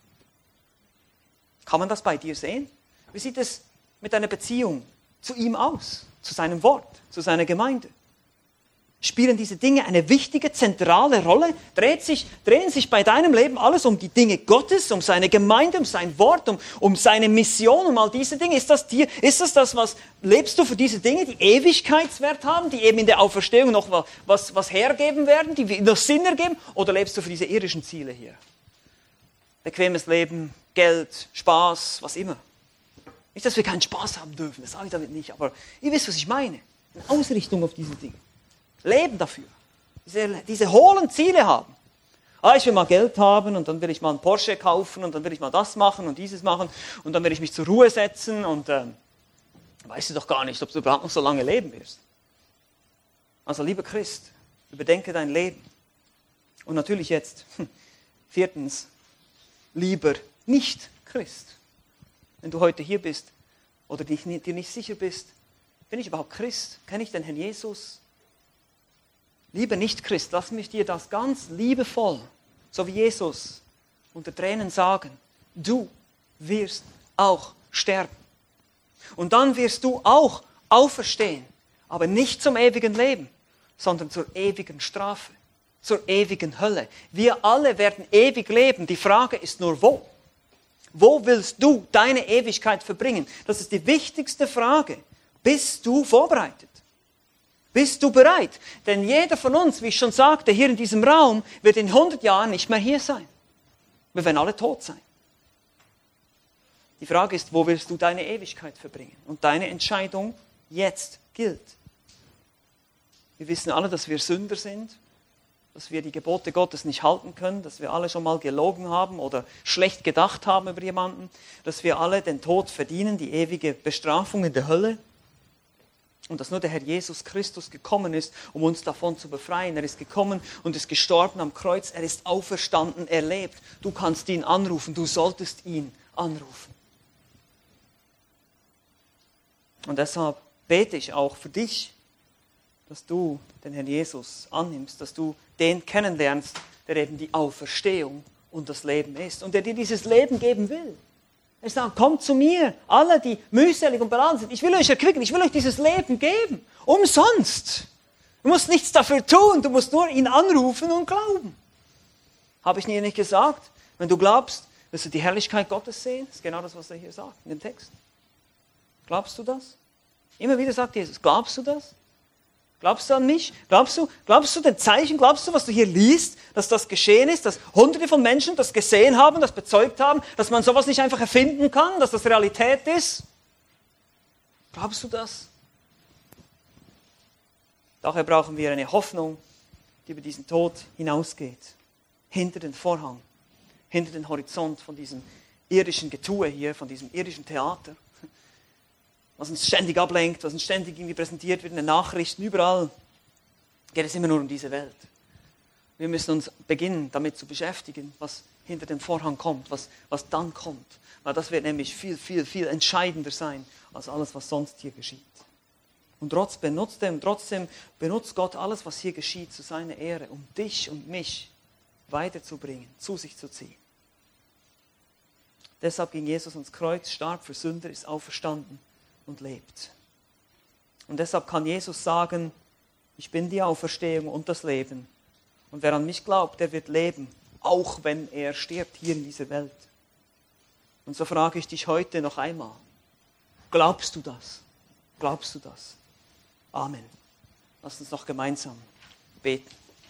Kann man das bei dir sehen? Wie sieht es mit deiner Beziehung zu ihm aus, zu seinem Wort, zu seiner Gemeinde? Spielen diese Dinge eine wichtige, zentrale Rolle? Dreht sich, drehen sich bei deinem Leben alles um die Dinge Gottes, um seine Gemeinde, um sein Wort, um, um seine Mission, um all diese Dinge? Ist das, dir, ist das das, was lebst du für diese Dinge, die Ewigkeitswert haben, die eben in der Auferstehung noch was, was hergeben werden, die noch Sinn ergeben? Oder lebst du für diese irdischen Ziele hier? Bequemes Leben, Geld, Spaß, was immer. Nicht, dass wir keinen Spaß haben dürfen, das sage ich damit nicht, aber ihr wisst, was ich meine. Eine Ausrichtung auf diese Dinge. Leben dafür. Diese, diese hohlen Ziele haben. Ah, ich will mal Geld haben und dann will ich mal einen Porsche kaufen und dann will ich mal das machen und dieses machen und dann will ich mich zur Ruhe setzen und ähm, weißt du doch gar nicht, ob du überhaupt noch so lange leben wirst. Also lieber Christ, überdenke dein Leben. Und natürlich jetzt, hm, viertens, lieber nicht Christ. Wenn du heute hier bist oder dich, dir nicht sicher bist, bin ich überhaupt Christ? Kenne ich den Herrn Jesus? Lieber Nicht-Christ, lass mich dir das ganz liebevoll, so wie Jesus, unter Tränen sagen, du wirst auch sterben. Und dann wirst du auch auferstehen, aber nicht zum ewigen Leben, sondern zur ewigen Strafe, zur ewigen Hölle. Wir alle werden ewig leben. Die Frage ist nur, wo? Wo willst du deine Ewigkeit verbringen? Das ist die wichtigste Frage. Bist du vorbereitet? Bist du bereit? Denn jeder von uns, wie ich schon sagte, hier in diesem Raum, wird in hundert Jahren nicht mehr hier sein. Wir werden alle tot sein. Die Frage ist, wo willst du deine Ewigkeit verbringen? Und deine Entscheidung jetzt gilt. Wir wissen alle, dass wir Sünder sind, dass wir die Gebote Gottes nicht halten können, dass wir alle schon mal gelogen haben oder schlecht gedacht haben über jemanden, dass wir alle den Tod verdienen, die ewige Bestrafung in der Hölle. Und dass nur der Herr Jesus Christus gekommen ist, um uns davon zu befreien. Er ist gekommen und ist gestorben am Kreuz. Er ist auferstanden, er lebt. Du kannst ihn anrufen, du solltest ihn anrufen. Und deshalb bete ich auch für dich, dass du den Herrn Jesus annimmst, dass du den kennenlernst, der eben die Auferstehung und das Leben ist und der dir dieses Leben geben will. Er sagt, kommt zu mir, alle, die mühselig und beladen sind. Ich will euch erquicken, ich will euch dieses Leben geben. Umsonst. Du musst nichts dafür tun, du musst nur ihn anrufen und glauben. Habe ich dir nicht gesagt? Wenn du glaubst, wirst du die Herrlichkeit Gottes sehen. Das ist genau das, was er hier sagt in dem Text. Glaubst du das? Immer wieder sagt Jesus, glaubst du das? Glaubst du an mich? Glaubst du, glaubst du den Zeichen? Glaubst du, was du hier liest, dass das geschehen ist, dass Hunderte von Menschen das gesehen haben, das bezeugt haben, dass man sowas nicht einfach erfinden kann, dass das Realität ist? Glaubst du das? Daher brauchen wir eine Hoffnung, die über diesen Tod hinausgeht, hinter den Vorhang, hinter den Horizont von diesem irdischen Getue hier, von diesem irdischen Theater, was uns ständig ablenkt, was uns ständig irgendwie präsentiert wird in den Nachrichten, überall geht es immer nur um diese Welt. Wir müssen uns beginnen, damit zu beschäftigen, was hinter dem Vorhang kommt, was, was dann kommt. Weil das wird nämlich viel, viel, viel entscheidender sein, als alles, was sonst hier geschieht. Und trotz, benutzt dem, trotzdem benutzt Gott alles, was hier geschieht, zu seiner Ehre, um dich und mich weiterzubringen, zu sich zu ziehen. Deshalb ging Jesus ans Kreuz, starb für Sünder, ist auferstanden und lebt. Und deshalb kann Jesus sagen, ich bin die Auferstehung und das Leben. Und wer an mich glaubt, der wird leben, auch wenn er stirbt hier in dieser Welt. Und so frage ich dich heute noch einmal, glaubst du das? Glaubst du das? Amen. Lass uns noch gemeinsam beten.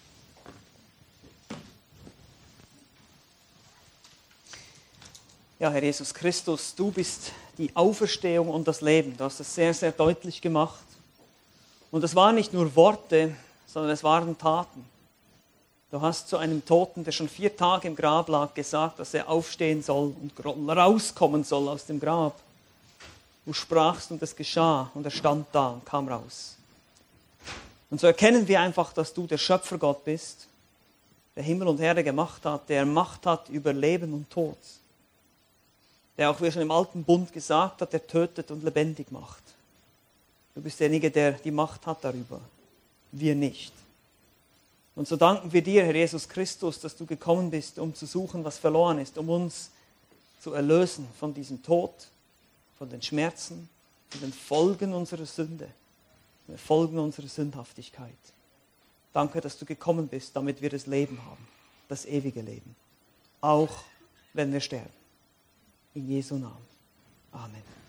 Ja, Herr Jesus Christus, du bist die Auferstehung und das Leben. Du hast es sehr, sehr deutlich gemacht. Und es waren nicht nur Worte, sondern es waren Taten. Du hast zu einem Toten, der schon vier Tage im Grab lag, gesagt, dass er aufstehen soll und rauskommen soll aus dem Grab. Du sprachst und es geschah und er stand da und kam raus. Und so erkennen wir einfach, dass du der Schöpfergott bist, der Himmel und Erde gemacht hat, der Macht hat über Leben und Tod. Der auch, wie er schon im Alten Bund gesagt hat, der tötet und lebendig macht. Du bist derjenige, der die Macht hat darüber, wir nicht. Und so danken wir dir, Herr Jesus Christus, dass du gekommen bist, um zu suchen, was verloren ist, um uns zu erlösen von diesem Tod, von den Schmerzen, von den Folgen unserer Sünde, von den Folgen unserer Sündhaftigkeit. Danke, dass du gekommen bist, damit wir das Leben haben, das ewige Leben, auch wenn wir sterben. In Jesu Namen. Amen.